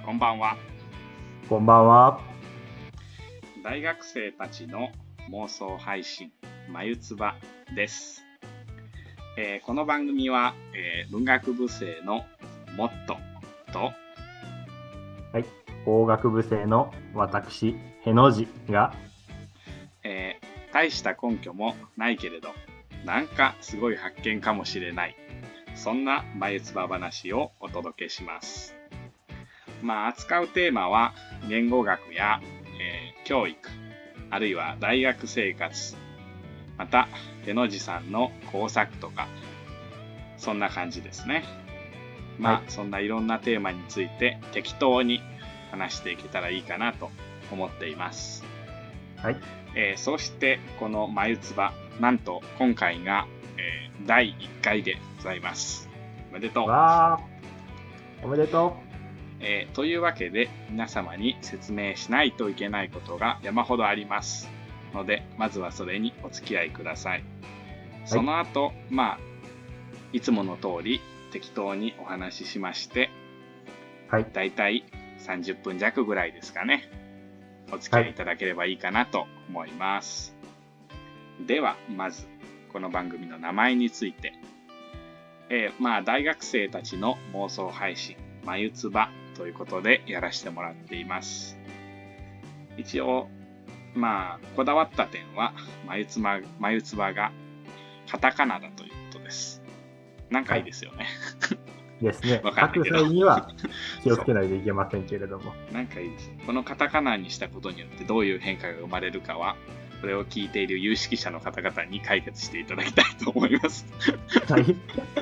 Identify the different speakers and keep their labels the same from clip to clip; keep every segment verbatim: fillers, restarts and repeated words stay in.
Speaker 1: こんばんは。
Speaker 2: こんばんは。
Speaker 1: 大学生たちの妄想配信、まゆつばです。えー、この番組は、えー、文学部生のモットと、
Speaker 2: はい、法学部生の私、への字が、
Speaker 1: えー、大した根拠もないけれど、なんかすごい発見かもしれない、そんなまゆつば話をお届けします。まあ、扱うテーマは言語学や、えー、教育、あるいは大学生活、またへの字さんの工作とか、そんな感じですね。まあ、はい、そんないろんなテーマについて適当に話していけたらいいかなと思っています。
Speaker 2: はい。
Speaker 1: えー、そしてこのまゆつば、なんと今回が、えー、だいいっかいでございます。おめでとう。
Speaker 2: わー、おめでとう。
Speaker 1: えー、というわけで皆様に説明しないといけないことが山ほどありますので、まずはそれにお付き合いください。その後、はい、まあいつもの通り適当にお話ししまして、はい、だいたいさんじゅっぷん弱ぐらいですかね、お付き合いいただければいいかなと思います。はい、ではまずこの番組の名前について、えー、まあ大学生たちの妄想配信まゆつばということでやらせてもらっています。一応まあこだわった点はまゆつば、まゆつばがカタカナだということです。なんかいいですよね。
Speaker 2: はい、ですね。
Speaker 1: わかんないけど
Speaker 2: 書く際には気をつけないといけませんけれども。
Speaker 1: なんかいいです。このカタカナにしたことによってどういう変化が生まれるかは、これを聞いている有識者の方々に解決していただきたいと思います。
Speaker 2: はい。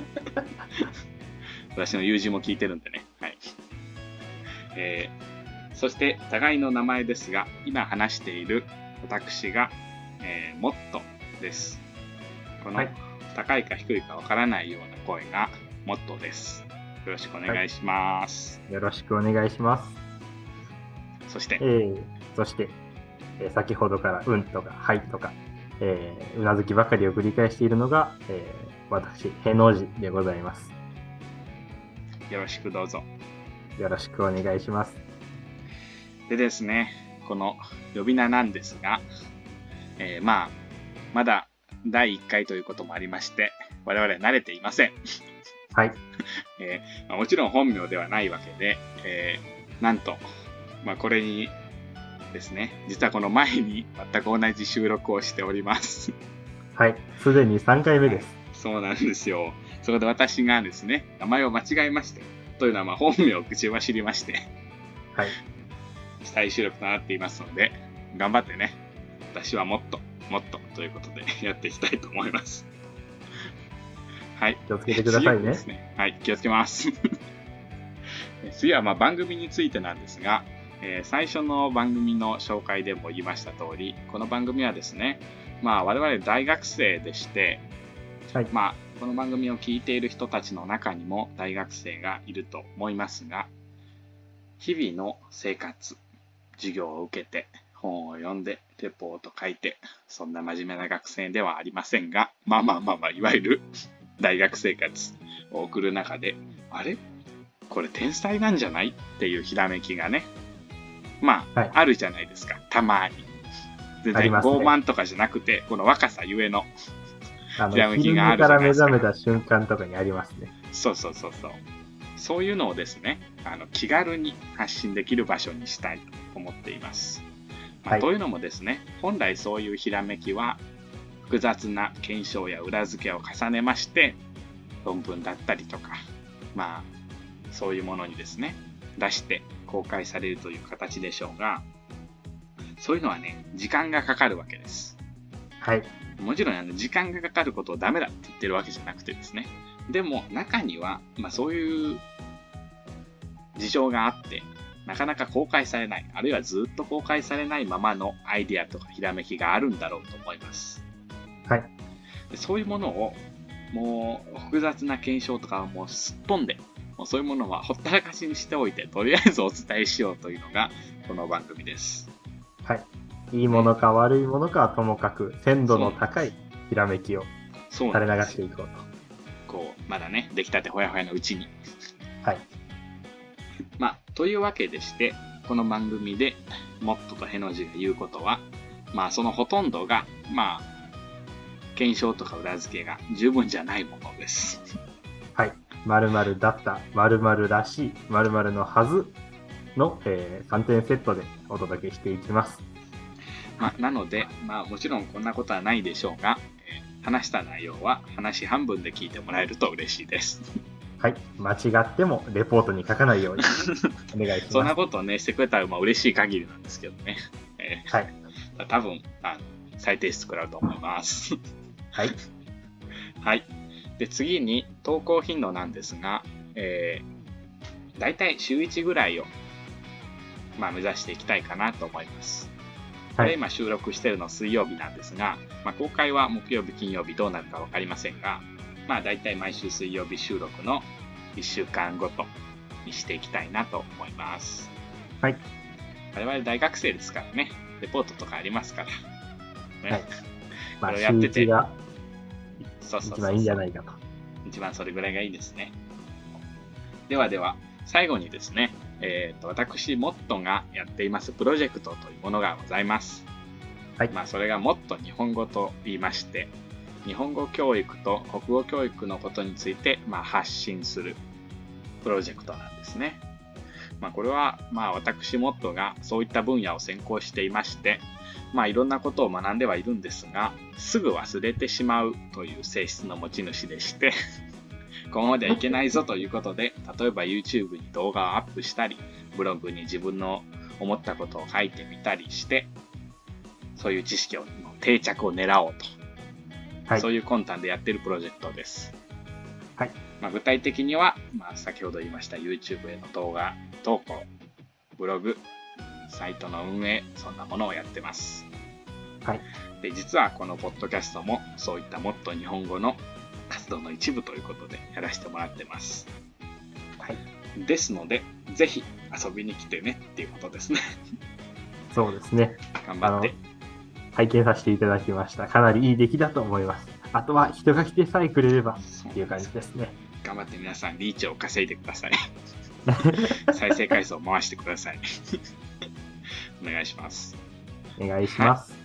Speaker 1: 私の友人も聞いてるんでね。はい。えー、そして互いの名前ですが、今話している私が、えー、モットです。この高いか低いかわからないような声がモットです。よろしくお願いします。
Speaker 2: はい、よろしくお願いします。
Speaker 1: そして、
Speaker 2: えー、そして、えー、先ほどからうんとかはいとか、えー、うなずきばかりを繰り返しているのが、えー、私、への字でございます。
Speaker 1: よろしくどうぞ。
Speaker 2: よろしくお願いします。
Speaker 1: でですね、この呼び名なんですが、えー、まあ、まだだいいっかいということもありまして、我々は慣れていません。
Speaker 2: はい。
Speaker 1: えーまあ、もちろん本名ではないわけで、えー、なんと、まあ、これにですね、実はこの前に全く同じ収録をしております。
Speaker 2: はい、すでにさんかいめです。
Speaker 1: そうなんですよ。そこで私がですね、名前を間違えまして、というのはまあ本名を口は知りまして、
Speaker 2: はい。
Speaker 1: 再収録となっていますので、頑張ってね、私はもっと、もっとということでやっていきたいと思います。はい。
Speaker 2: 気をつけてくださいね。
Speaker 1: ですね。はい、気をつけます。次はまあ番組についてなんですが、えー、最初の番組の紹介でも言いました通り、この番組はですね、まあ我々大学生でして、はい、まあこの番組を聞いている人たちの中にも大学生がいると思いますが、日々の生活、授業を受けて、本を読んで、レポート書いて、そんな真面目な学生ではありませんが、まあまあまあまあ、いわゆる大学生活を送る中で、あれこれ天才なんじゃないっていうひらめきがね、まあ、はい、あるじゃないですか、たまに。全然傲慢とかじゃなくて、この若さゆえの
Speaker 2: ひらめきがあるじゃないですか。昼から目覚めた瞬間とかにありますね。
Speaker 1: そうそうそうそう。そういうのをですね、あの気軽に発信できる場所にしたいと思っています。まあはい、というのもですね、本来そういうひらめきは複雑な検証や裏付けを重ねまして、論文だったりとか、まあそういうものにですね、出して公開されるという形でしょうが、そういうのはね、時間がかかるわけです。
Speaker 2: はい。
Speaker 1: もちろんあの時間がかかることをダメだって言ってるわけじゃなくてですね、でも中には、まあ、そういう事情があってなかなか公開されない、あるいはずっと公開されないままのアイデアとかひらめきがあるんだろうと思います。
Speaker 2: はい。
Speaker 1: そういうものをもう複雑な検証とかをもうすっ飛んで、もうそういうものはほったらかしにしておいて、とりあえずお伝えしようというのがこの番組です。
Speaker 2: はい。いいものか悪いものかはともかく、鮮度の高いひらめきを垂れ流していこうと。
Speaker 1: こうまだね、出来たてほやほやのうちに。
Speaker 2: はい。
Speaker 1: まあというわけでして、この番組でもっととへの字が言うことは、まあそのほとんどが、まあ、検証とか裏付けが十分じゃないものです。
Speaker 2: はい。〇〇だった、〇〇らしい、〇〇のはずの、えー、さんてんセットでお届けしていきます。
Speaker 1: まあ、なので、まあもちろんこんなことはないでしょうが、えー、話した内容は話半分で聞いてもらえると嬉しいです。
Speaker 2: はい。間違ってもレポートに書かないようにお願いします。
Speaker 1: そんなことをね、してくれたらまあ嬉しい限りなんですけどね。えー、はい。多分、あの、再提出食らうと思います。
Speaker 2: はい。
Speaker 1: はい。で、次に投稿頻度なんですが、えー、だいたい週いちぐらいを、まあ、目指していきたいかなと思います。これ今収録してるの水曜日なんですが、まあ、公開は木曜日、金曜日どうなるかわかりませんが、まあ、だいたい毎週水曜日収録のいっしゅうかんごとにしていきたいなと思います。
Speaker 2: はい。
Speaker 1: 我々大学生ですからね、レポートとかありますから。ね、
Speaker 2: はい。まあ、
Speaker 1: これをやってて、
Speaker 2: が
Speaker 1: そうそうそうそう、
Speaker 2: 一番いいんじゃないかと。
Speaker 1: 一番それぐらいがいいですね。ではでは、最後にですね、えーと、私、モットがやっていますプロジェクトというものがございます。
Speaker 2: はい。
Speaker 1: まあ、それがもっと日本語と言いまして、日本語教育と国語教育のことについて、まあ、発信するプロジェクトなんですね。まあ、これは、まあ、私、モットがそういった分野を専攻していまして、まあ、いろんなことを学んではいるんですが、すぐ忘れてしまうという性質の持ち主でして、このままではいけないぞということで、例えば YouTube に動画をアップしたり、ブログに自分の思ったことを書いてみたりして、そういう知識を定着を狙おうと、はい、そういう魂胆でやっているプロジェクトです。
Speaker 2: はい。
Speaker 1: まあ、具体的には、まあ、先ほど言いました YouTube への動画投稿、ブログ、サイトの運営、そんなものをやってます。
Speaker 2: はい。
Speaker 1: で、実はこのポッドキャストもそういったもっと日本語の活動の一部ということでやらせてもらってます。
Speaker 2: はい。
Speaker 1: ですので、ぜひ遊びに来てねっていうことですね。
Speaker 2: そうですね。
Speaker 1: 頑張って。
Speaker 2: 拝見させていただきました。かなりいい出来だと思います。あとは人が来てさえくれればっていう感じですね。
Speaker 1: 頑張って皆さんリーチを稼いでください。再生回数を回してください。お願いします。
Speaker 2: お願いします、
Speaker 1: はい。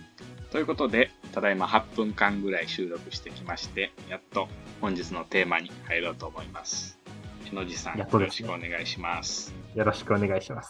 Speaker 1: ということで、ただいまはっぷんかんぐらい収録してきまして、やっと本日のテーマに入ろうと思います。へのじさん、よろしくお願いします。
Speaker 2: よろしくお願いします。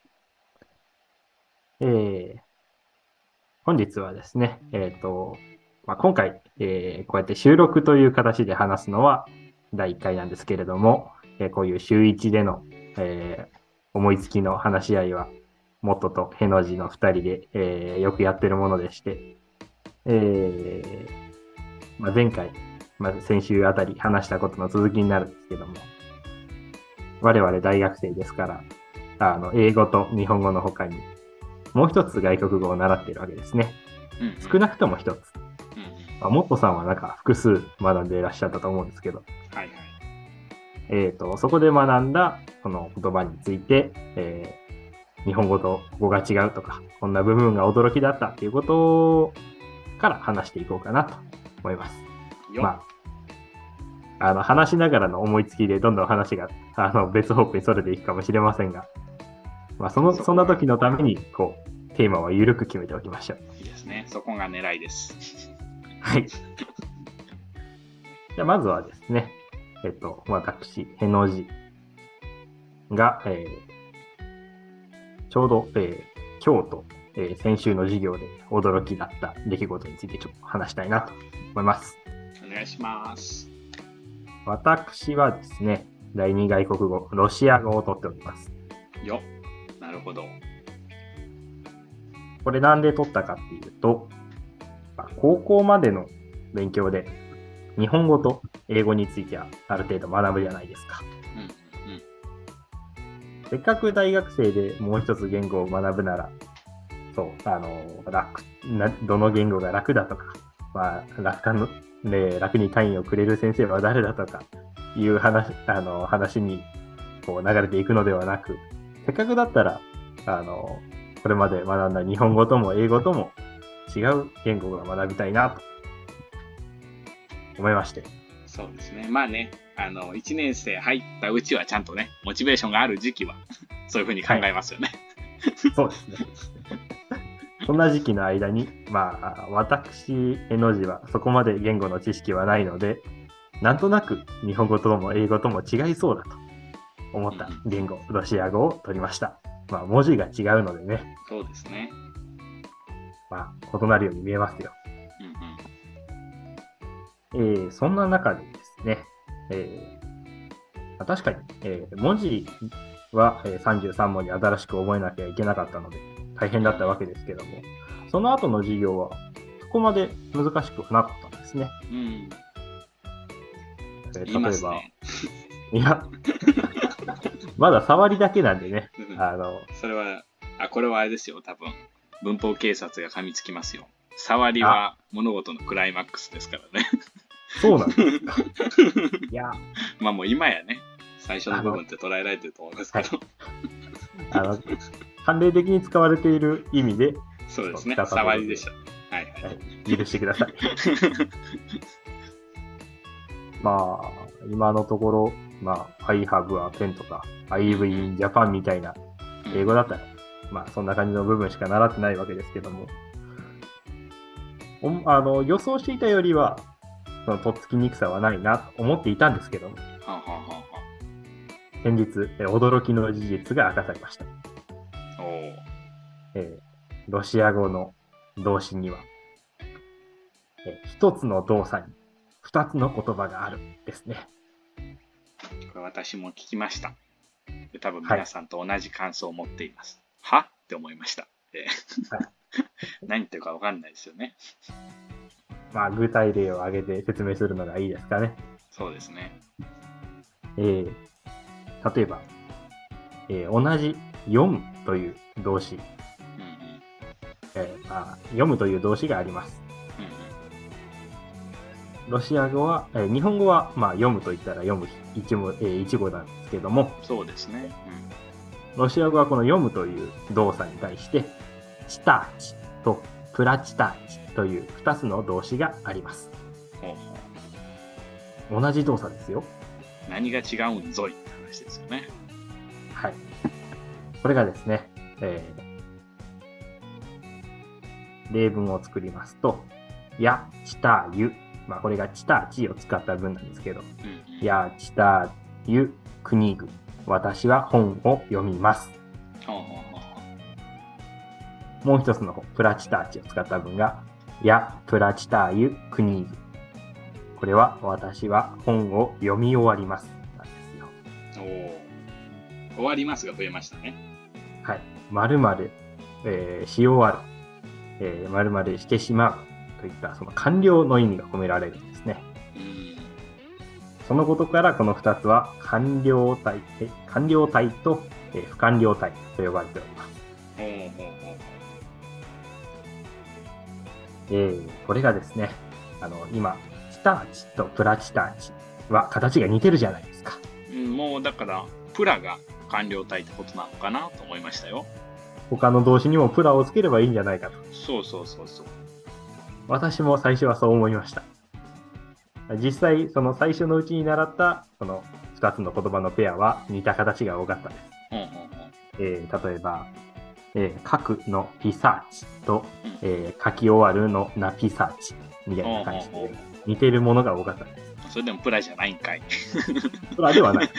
Speaker 2: えー、本日はですね、えっと、まあ、今回、えー、こうやって収録という形で話すのはだいいっかいなんですけれども、えー、こういう週いちでの、えー、思いつきの話し合いは、モットとへの字のふたりで、えー、よくやってるものでして、えーまあ、前回、まあ、先週あたり話したことの続きになるんですけども、我々大学生ですから、あの英語と日本語の他に、もう一つ外国語を習っているわけですね。うんうん、少なくとも一つ。うんまあ、モットさんはなんか複数学んでいらっしゃったと思うんですけど、
Speaker 1: はいはい
Speaker 2: えーと、そこで学んだこの言葉について、えー、日本語と語が違うとか、こんな部分が驚きだったっていうことから話していこうかなと思います。まあ、あの話しながらの思いつきでどんどん話があの別方向にそれていくかもしれませんが、まあ、そのそんな時のためにこうテーマは緩く決めておきましょう。
Speaker 1: いいですね。そこが狙いです。
Speaker 2: はい。じゃあまずはですね、えっと私への字が、えー、ちょうど、えー、今日と、えー、先週の授業で驚きだった出来事についてちょっと話したいなと思います。
Speaker 1: お願いします。
Speaker 2: 私はですね、だいに外国語ロシア語を取っております。
Speaker 1: よ。なるほど。
Speaker 2: これなんで取ったかっていうと、高校までの勉強で日本語と英語についてはある程度学ぶじゃないですか。うんうん、せっかく大学生でもう一つ言語を学ぶなら、そう、あの、楽な、どの言語が楽だとか、まあ、楽の、ね、楽に単位をくれる先生は誰だとかいう話、あの、話にこう流れていくのではなく、せっかくだったら、あの、これまで学んだ日本語とも英語とも違う言語が学びたいなと思いまして。
Speaker 1: そうですね。まあね、あの、いちねん生入ったうちはちゃんとね、モチベーションがある時期は、そういうふうに考えますよね。
Speaker 2: はい、そうですね。そんな時期の間に、まあ、私、絵の字はそこまで言語の知識はないので、なんとなく日本語とも英語とも違いそうだと思った言語、ロシア語を取りました。まあ、文字が違うのでね。
Speaker 1: そうですね。
Speaker 2: まあ、異なるように見えますよ。うんうん、えー、そんな中でですね、えー、確かに、えー、文字はさんじゅうさんもんに新しく覚えなきゃいけなかったので、大変だったわけですけども、その後の授業はそこまで難しくなかったんですね。
Speaker 1: うん。
Speaker 2: えー、例えば、ね、いや、まだ触りだけなんでね。あの、
Speaker 1: それは、あ、これはあれですよ、多分。文法警察が噛みつきますよ。触りは物事のクライマックスですからね。
Speaker 2: そうなんですか。いや。
Speaker 1: まあもう今やね、最初の部分って捉えられてると思いますけど。
Speaker 2: あの、慣例的に使われている意味で、
Speaker 1: そうですね。触りでした。はいはい。はい、
Speaker 2: 許してください。まあ、今のところ、まあ、I have a pen とか、I live in Japan みたいな英語だったら、うん、まあ、そんな感じの部分しか習ってないわけですけども、あの、予想していたよりは、そのとっつきにくさはないなと思っていたんですけども、
Speaker 1: はははは
Speaker 2: 先日、驚きの事実が明かされました。
Speaker 1: おー、
Speaker 2: えー、ロシア語の動詞には、えー、一つの動作に二つの言葉があるですね。
Speaker 1: これ私も聞きました。で多分皆さんと同じ感想を持っています。はい、はって思いました。えーはい、何言ってるか分かんないですよね。
Speaker 2: まあ、具体例を挙げて説明するのがいいですかね。
Speaker 1: そうですね。
Speaker 2: えー、例えば、えー、同じ読むという動詞、うんうんえーまあ、読むという動詞があります。うんうん、ロシア語は、えー、日本語は、まあ、読むと言ったら読む一語、えー、一語なんですけども、
Speaker 1: そうですね。
Speaker 2: うん、ロシア語はこの読むという動作に対して、チターチとプラチターチというふたつの動詞があります。ほうほう同じ動作ですよ。
Speaker 1: 何が違うんぞいって話ですよね。
Speaker 2: はい。これがですね、えー、例文を作りますと、や、ちた、ゆ。まあ、これがちた、ちを使った文なんですけど、うんうん、や、ちた、ゆ、くにぐ。私は本を読みます。ほうほうほうもう一つの方、プラチターチを使った文が、や、プラチターユ、クニーグ。これは、私は本を読み終わります。なんですよ。
Speaker 1: お終わりますが増えましたね。
Speaker 2: はい。〇〇、えー、し終わる、えー、〇〇してしまうといったその完了の意味が込められるんですね。うんそのことからこのふたつは完了体、え完了体と、えー、不完了体と呼ばれております。ほうほうほうえー、これがですね、あの今チターチとプラチターチは形が似てるじゃないですか。
Speaker 1: うん、もうだからプラが完了体ってことなのかなと思いましたよ。
Speaker 2: 他の動詞にもプラをつければいいんじゃないかと。
Speaker 1: そうそうそうそう。私
Speaker 2: も最初はそう思いました。実際その最初のうちに習ったこのふたつの言葉のペアは似た形が多かったです。うんうんうんえー、例えば、えー、書くのピサーチと、えー、書き終わるのナピサーチみたいな感じで似てるものが多かったです。
Speaker 1: それでもプラじゃないんかい。
Speaker 2: プラではない。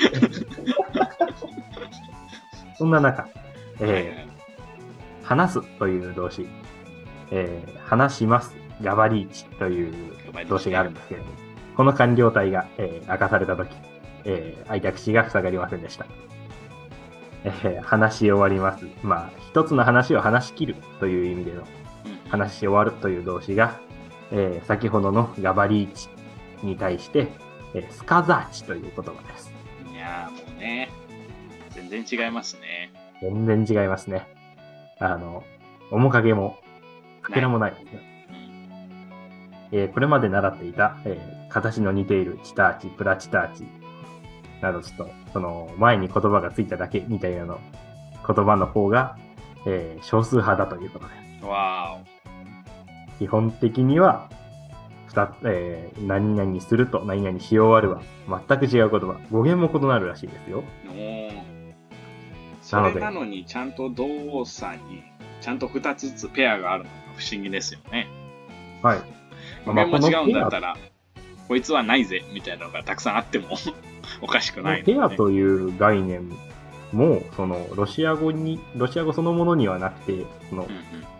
Speaker 2: そんな中、えーはいはい、話すという動詞、えー、話します、ガバリーチという動詞があるんですけれども、この完了体が、えー、明かされたとき、えー、開いた口が塞がりませんでした。えー、話し終わります。まあ、一つの話を話し切るという意味での、話し終わるという動詞が、えー、先ほどのガバリーチに対して、えー、スカザーチという言葉です。
Speaker 1: いやーもうね、全然違いますね。
Speaker 2: 全然違いますね。あの、面影も、かけらもないですね。うんえー、これまで習っていた、えー、形の似ているチターチ、プラチターチなどちょっと、その前に言葉がついただけみたいなの言葉の方が、えー、少数派だということで。
Speaker 1: わーお。
Speaker 2: 基本的には、 えー、何々すると何々し終わるは全く違う言葉。語源も異なるらしいですよ。
Speaker 1: おそれなのにちゃんと動作にちゃんとふたつずつペアがあるのが不思議ですよね。
Speaker 2: はい。
Speaker 1: 語源も違うんだったら、こいつはないぜみたいなのがたくさんあってもおかしくない、ね。
Speaker 2: ペアという概念も、そのロシア語に、ロシア語そのものにはなくて、その、うんうん、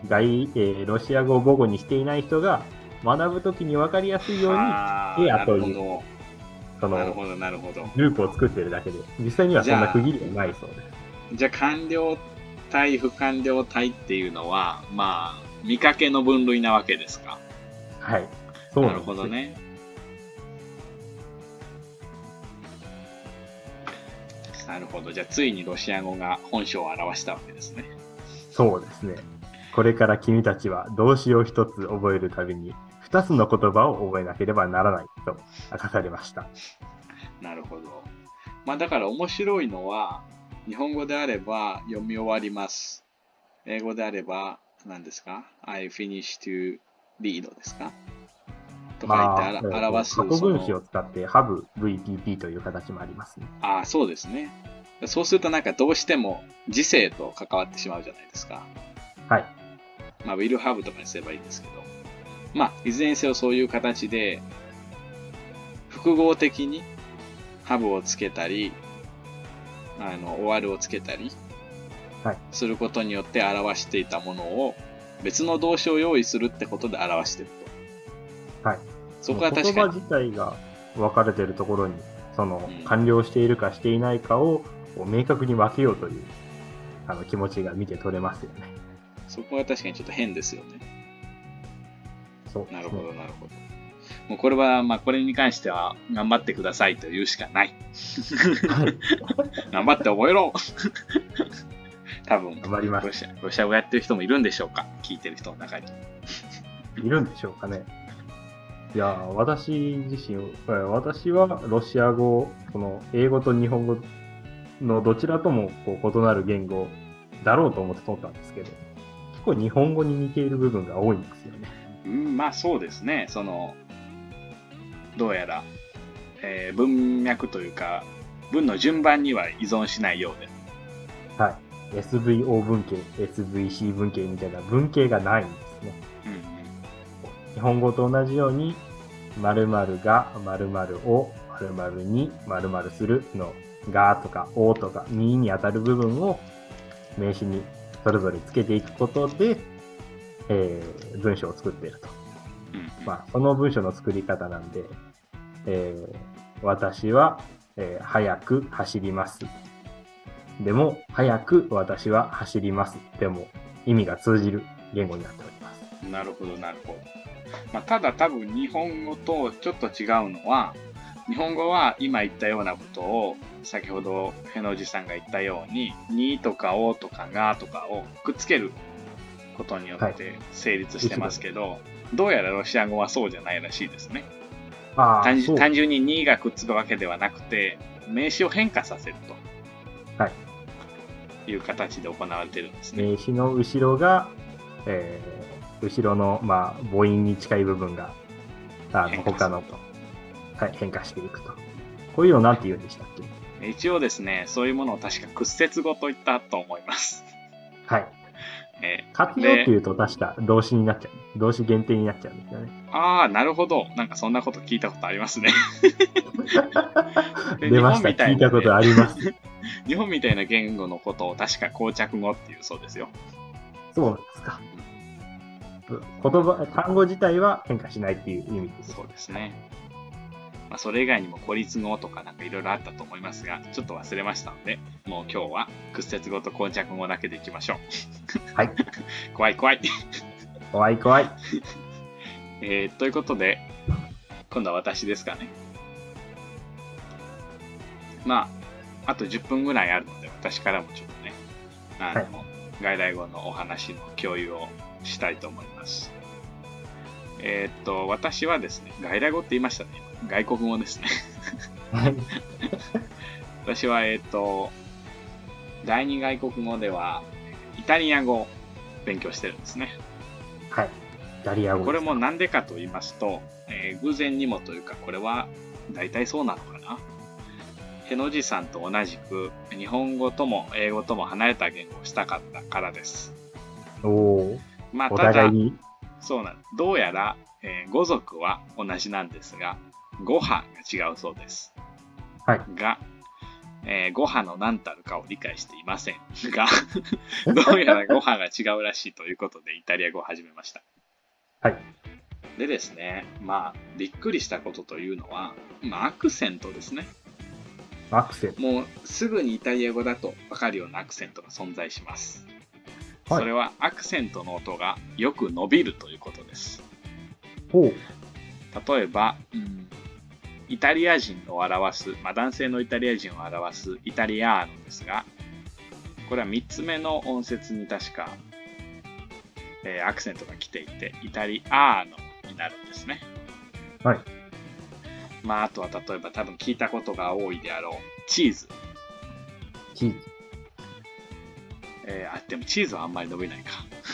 Speaker 2: 外、えー、ロシア語を母語にしていない人が学ぶときに分かりやすいように、ペアという、その、グループを作っているだけで、実際にはそんな区切りはないそうです。
Speaker 1: じゃあ、完了体、不完了体っていうのは、まあ、見かけの分類なわけですか。
Speaker 2: はい。そうなんです。
Speaker 1: なるほどね。なるほど。じゃあ、ついにロシア語が本性を表したわけですね。
Speaker 2: そうですね。これから君たちは動詞を一つ覚えるたびに、二つの言葉を覚えなければならないと明かされました。
Speaker 1: なるほど。まあ、だから面白いのは、日本語であれば読み終わります。英語であれば何ですか ?I finish to read ですかとか言って表す。
Speaker 2: 過去分詞を使って have、ブイピーピー という形もありますね。
Speaker 1: ああ、そうですね。そうするとなんかどうしても時制と関わってしまうじゃないですか。
Speaker 2: はい。
Speaker 1: まあ will have とかにすればいいんですけど。まあいずれにせよそういう形で複合的に have をつけたり、あの終わるをつけたりすることによって表していたものを別の動詞を用意するってことで表している
Speaker 2: と。はい。
Speaker 1: そこは確かに。
Speaker 2: 言葉自体が分かれているところに、その、うん、完了しているかしていないかを明確に分けようというあの気持ちが見て取れますよね。
Speaker 1: そこは確かにちょっと変ですよね。
Speaker 2: そうですね。
Speaker 1: なるほど、なるほど。もうこれは、まあこれに関しては頑張ってくださいと言うしかない。頑張って覚えろ多分
Speaker 2: 頑張ります
Speaker 1: ロシア、ロシア語やってる人もいるんでしょうか、聞いてる人の中に。
Speaker 2: いるんでしょうかね。いや、私自身、私はロシア語、その英語と日本語のどちらともこう異なる言語だろうと思って取ったんですけど、結構日本語に似ている部分が多いんですよね。
Speaker 1: うん、まあそうですね。その、どうやら、えー、文脈というか、文の順番には依存しないようで。
Speaker 2: はい。エスブイオー 文系、エスブイシー 文系みたいな文系がないんですね。うんうん、日本語と同じように、〇〇が〇〇を〇〇に〇〇するのがとかおとかにに当たる部分を名詞にそれぞれつけていくことで、えー、文章を作っていると。うんうん、まあ、その文章の作り方なんで、えー、私は、えー、早く走ります。でも、早く私は走ります。でも、意味が通じる言語になっております。
Speaker 1: なるほど、なるほど。まあ、ただ多分日本語とちょっと違うのは、日本語は今言ったようなことを、先ほどへのじさんが言ったように、にとかおとかがとかをくっつけることによって成立してますけど、はい、どうやらロシア語はそうじゃないらしいですね。あ単, 単純ににがくっつくわけではなくて、名詞を変化させると、はい、いう形で行われているんですね。
Speaker 2: 名詞の後ろが、えー、後ろの、まあ、母音に近い部分があの他のと、はい、変化していくと。こういうのなんて言うんでしたっ
Speaker 1: け？一応ですね、そういうものを確か屈折語と言ったと思います。
Speaker 2: はい。えー、活用っていうと確か動詞になっちゃう。動詞限定になっちゃうんですよね。
Speaker 1: ああ、なるほど。なんかそんなこと聞いたことありますね。
Speaker 2: 出ました。聞いたことあります。
Speaker 1: 日本みたいな言語のことを確か膠着語っていうそうですよ。
Speaker 2: そうなんですか。言葉、単語自体は変化しないっていう意味です。
Speaker 1: そうですね。まあ、それ以外にも孤立語とかなんかいろいろあったと思いますが、ちょっと忘れましたので、もう今日は屈折語と膠着語だけでいきましょう。
Speaker 2: はい。
Speaker 1: 怖い怖い。
Speaker 2: 怖い怖い。
Speaker 1: えー、ということで、今度は私ですかね。まあ、あとじゅっぷんぐらいあるので、私からもちょっとね、あの、はい、外来語のお話の共有をしたいと思います。えー、っと、私はですね、外来語って言いましたね。外国語ですね。私は、えー、っと、第二外国語では、イタリア語を勉強してるんですね。
Speaker 2: はい。 タリア語ですか。
Speaker 1: これもなんでかと言いますと、えー偶然にもというか、これは大体そうなのかな。への字さんと同じく日本語とも英語とも離れた言語をしたかったからです。
Speaker 2: おお。
Speaker 1: まあ、
Speaker 2: お
Speaker 1: ただ
Speaker 2: 互いに。
Speaker 1: そうなんどうやら、えー語族は同じなんですが、語派が違うそうです。
Speaker 2: はい。
Speaker 1: が、えー語派の何たるかを理解していませんが、どうやら語派が違うらしいということでイタリア語を始めました。
Speaker 2: はい。
Speaker 1: でですね、まあ、びっくりしたことというのは、まあ、アクセントですね。
Speaker 2: アクセント。
Speaker 1: もうすぐにイタリア語だと分かるようなアクセントが存在します。
Speaker 2: はい、
Speaker 1: それはアクセントの音がよく伸びるということです。
Speaker 2: ほう。
Speaker 1: 例えば、うん、イタリア人を表す、まあ、男性のイタリア人を表すイタリアーノですが、これはみっつめの音節に確か、えーアクセントが来ていて、イタリアーノになるんですね。
Speaker 2: はい。
Speaker 1: まあ、あとは例えば多分聞いたことが多いであろうチーズ。
Speaker 2: チーズ。
Speaker 1: えー、あ、でもチーズはあんまり伸びないか。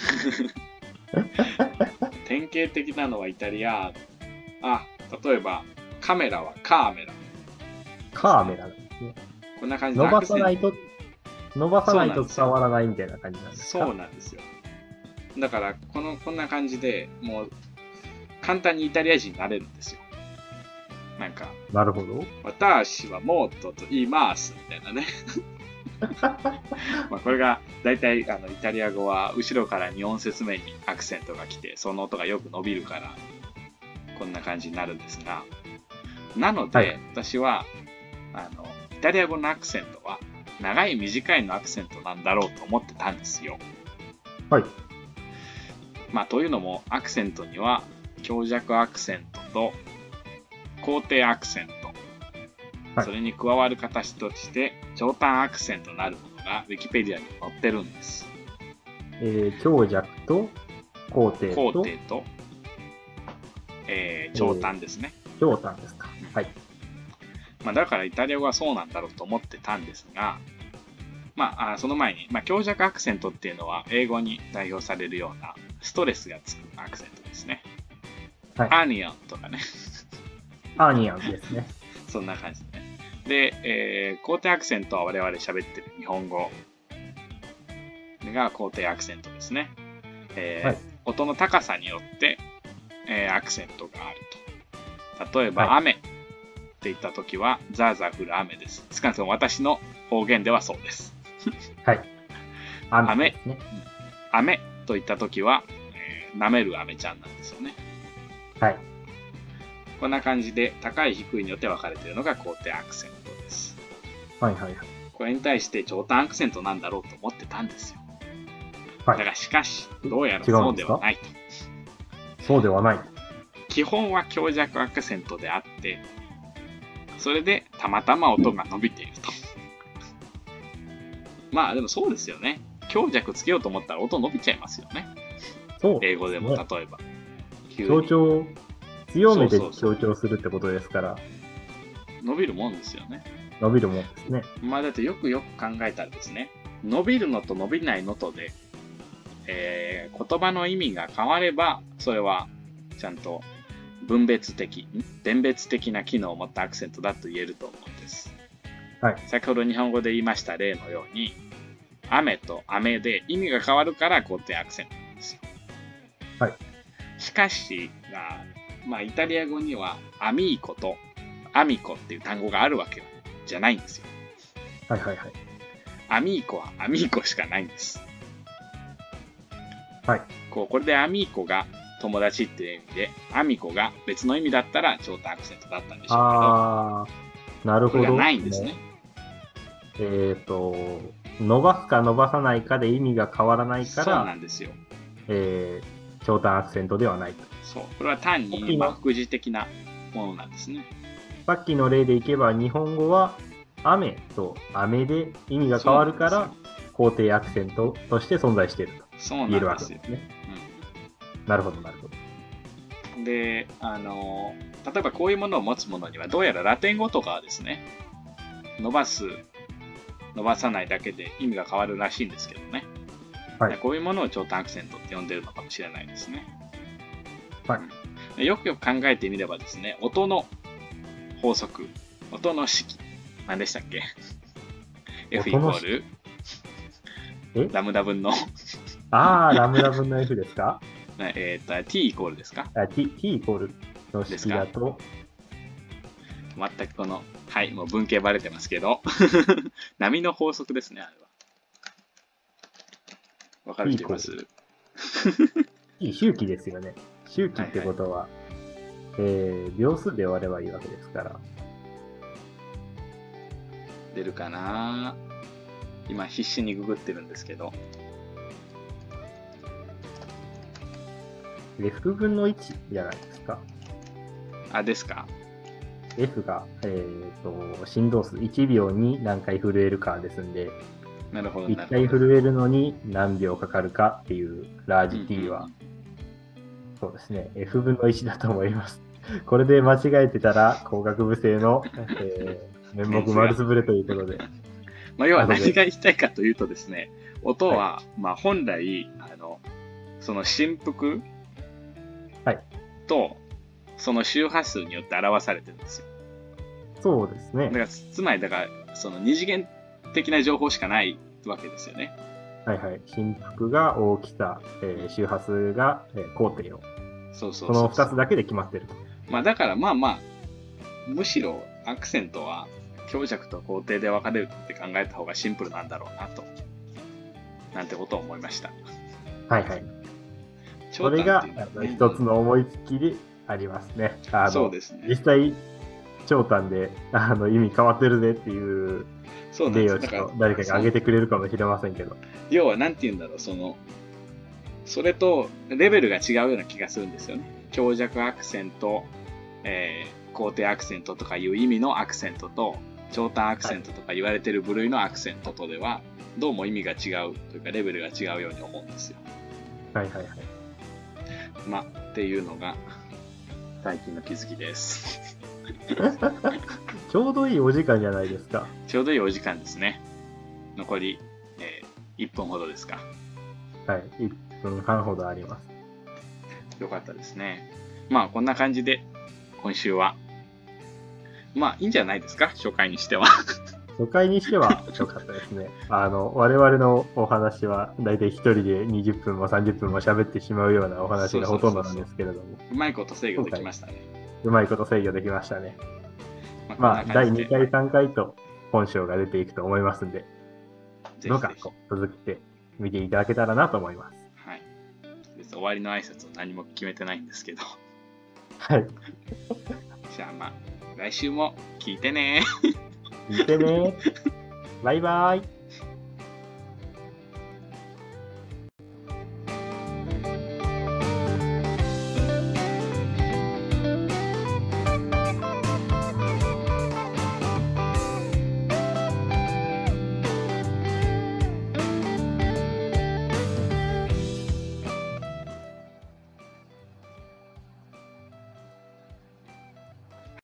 Speaker 1: 典型的なのはイタリア。あ、例えばカメラはカーメラ。
Speaker 2: カーメラなんですね。
Speaker 1: こんな感じで
Speaker 2: 伸ばさないと、伸ばさないと
Speaker 1: そうなんですよ
Speaker 2: 伝わらないみたいな感じなんですか。
Speaker 1: そうなんですよ。だからこのこんな感じでもう簡単にイタリア人になれるんですよ。なんか、
Speaker 2: なるほど。
Speaker 1: 私はモートと言いますみたいなね。まあこれが大体あのイタリア語は後ろからに音節目にアクセントが来てその音がよく伸びるからこんな感じになるんですが、なので、
Speaker 2: はい、
Speaker 1: 私はあのイタリア語のアクセントは長い短いのアクセントなんだろうと思ってたんですよ。
Speaker 2: はい。
Speaker 1: まあというのもアクセントには強弱アクセントと肯定アクセント、はい、それに加わる形として長短アクセントなるものがウィキペディアに載ってるんです。
Speaker 2: えー、強弱と肯定と
Speaker 1: 肯定と、えー、長短ですね。
Speaker 2: えー、長短ですか。はい。
Speaker 1: まあ、だからイタリア語はそうなんだろうと思ってたんですが、まあ、あその前に、まあ、強弱アクセントっていうのは英語に代表されるようなストレスがつくアクセントですね。はい、アニオンとかね。
Speaker 2: アニオンですね。
Speaker 1: そんな感じでね。で、えー、肯定アクセントは我々喋ってる日本語が肯定アクセントですね。えーはい、音の高さによって、えー、アクセントがあると。例えば、はい、雨って言ったときはザーザー降る雨です。少なくとも私の方言ではそうです。
Speaker 2: はい。
Speaker 1: 雨、ね、雨と言ったときは、えー、舐める雨ちゃんなんですよね。
Speaker 2: はい。
Speaker 1: こんな感じで高い低いによって分かれているのが肯定アクセントです。
Speaker 2: はいはいはい。
Speaker 1: これに対して長短アクセントなんだろうと思ってたんですよ。
Speaker 2: はい、
Speaker 1: だがしかし、どうやらそうではないと。
Speaker 2: そうではない。
Speaker 1: 基本は強弱アクセントであって、それでたまたま音が伸びていると。まあでもそうですよね。強弱つけようと思ったら音伸びちゃいますよね。
Speaker 2: そう、
Speaker 1: 英語でも例えば。
Speaker 2: 強調、強めで強調するってことですから。
Speaker 1: そうそうそう伸びるもんですよね。
Speaker 2: 伸びるもんですね。
Speaker 1: まあだってよくよく考えたらですね、伸びるのと伸びないのとで、えー、言葉の意味が変われば、それはちゃんと分別的、弁別的な機能を持ったアクセントだと言えると思うんです。
Speaker 2: はい。
Speaker 1: 先ほど日本語で言いました例のように、雨と雨で意味が変わるから肯定アクセントなんですよ。
Speaker 2: はい。
Speaker 1: しかし、まあ、イタリア語にはアミーコとアミコっていう単語があるわけじゃないんですよ。
Speaker 2: はいはいはい。
Speaker 1: アミーコはアミーコしかないんです。
Speaker 2: はい。
Speaker 1: こう、これでアミーコが友達っていう意味で、アミコが別の意味だったら長短アクセントだったんでしょうけど、
Speaker 2: あー、なるほど。
Speaker 1: これがないんですね。
Speaker 2: えっと、伸ばすか伸ばさないかで意味が変わらないから、
Speaker 1: そうなんですよ。
Speaker 2: えー、長短アクセントではないと。
Speaker 1: そう。これは単に、まあ、副次的なものなんですね。
Speaker 2: さっきの例でいけば、日本語は雨と雨で意味が変わるから、肯定アクセントとして存在していると言えるわけですね。うん、なるほど、なるほど。
Speaker 1: で、あの、例えばこういうものを持つものには、どうやらラテン語とかはですね、伸ばす、伸ばさないだけで意味が変わるらしいんですけどね。はい、こういうものを長短アクセントって呼んでるのかもしれないですね。
Speaker 2: はい。
Speaker 1: よくよく考えてみればですね、音の法則、音の式、何でしたっけ？ F イコール
Speaker 2: え
Speaker 1: ラムダ分の
Speaker 2: ああ、ラムダ分の F ですか？
Speaker 1: えっと、T イコールですか？
Speaker 2: あ T, T イコールの式だと、
Speaker 1: 全くこの、はい、もう文系バレてますけど、波の法則ですね、あれは。わかる人います？
Speaker 2: T 周期ですよね。周期ってことは、はいはい、えー、秒数で割ればいいわけですから。
Speaker 1: 出るかな？今必死にググってるんですけど。
Speaker 2: F 分のいちじゃないですか。
Speaker 1: あ、ですか。
Speaker 2: F が、えー、と振動数いちびょうに何回震えるかですんで、
Speaker 1: なるほど
Speaker 2: いっかい震えるのに何秒かかるかっていうラージ T は、うんうん、そうですね、F 分のいちだと思います。これで間違えてたら工学部生の、えー、面目丸つぶれということで。
Speaker 1: まあ要は何が言いたいかというとですね、音は、はい、まあ本来、あの、その振幅と、その周波数によって表されてるんですよ。
Speaker 2: そうですね。
Speaker 1: だからつまりだからその二次元的な情報しかないわけですよね。
Speaker 2: はいはい。振幅が大きさ、えー、周波数が、えー、高低を。
Speaker 1: そうそうそうそう。
Speaker 2: このふたつだけで決まってると。
Speaker 1: まあだからまあまあむしろアクセントは強弱と高低で分かれるって考えた方がシンプルなんだろうなとなんてことを思いました。
Speaker 2: はいはい。それが一つの思いつきでありますね。あの
Speaker 1: そうですね。
Speaker 2: 実際長短であの意味変わってるぜっていう例をちょっと誰かが挙げてくれるかもしれませんけど。
Speaker 1: 要はなんて言うんだろう、そのそれとレベルが違うような気がするんですよね。強弱アクセント、えー、高低アクセントとかいう意味のアクセントと長短アクセントとか言われてる部類のアクセントとではどうも意味が違うというかレベルが違うように思うんですよ。
Speaker 2: はいはいはい。
Speaker 1: まあっていうのが最近の気づきです。
Speaker 2: ちょうどいいお時間じゃないですか。
Speaker 1: ちょうどいいお時間ですね。残り、えー、いっぷんほどですか。
Speaker 2: はい、いっぷんはんほどあります。
Speaker 1: よかったですね。まあこんな感じで今週はまあいいんじゃないですか、初回にしては。
Speaker 2: 初回にしては良かったですね。あの我々のお話はだいたい一人でにじゅっぷんもさんじゅっぷんも喋ってしまうようなお話がほとんどなんですけれども。
Speaker 1: うまいこと制御できましたね。
Speaker 2: うまいこと制御できましたね。まあ、まあ、だいにかい、さんかいと本性が出ていくと思いますんで、どうかこう続けて見ていただけたらなと思います。
Speaker 1: はい。終わりの挨拶を何も決めてないんですけど。
Speaker 2: はい。
Speaker 1: じゃあまあ、来週も聞いてね。
Speaker 2: 聞いてね。バイバイ。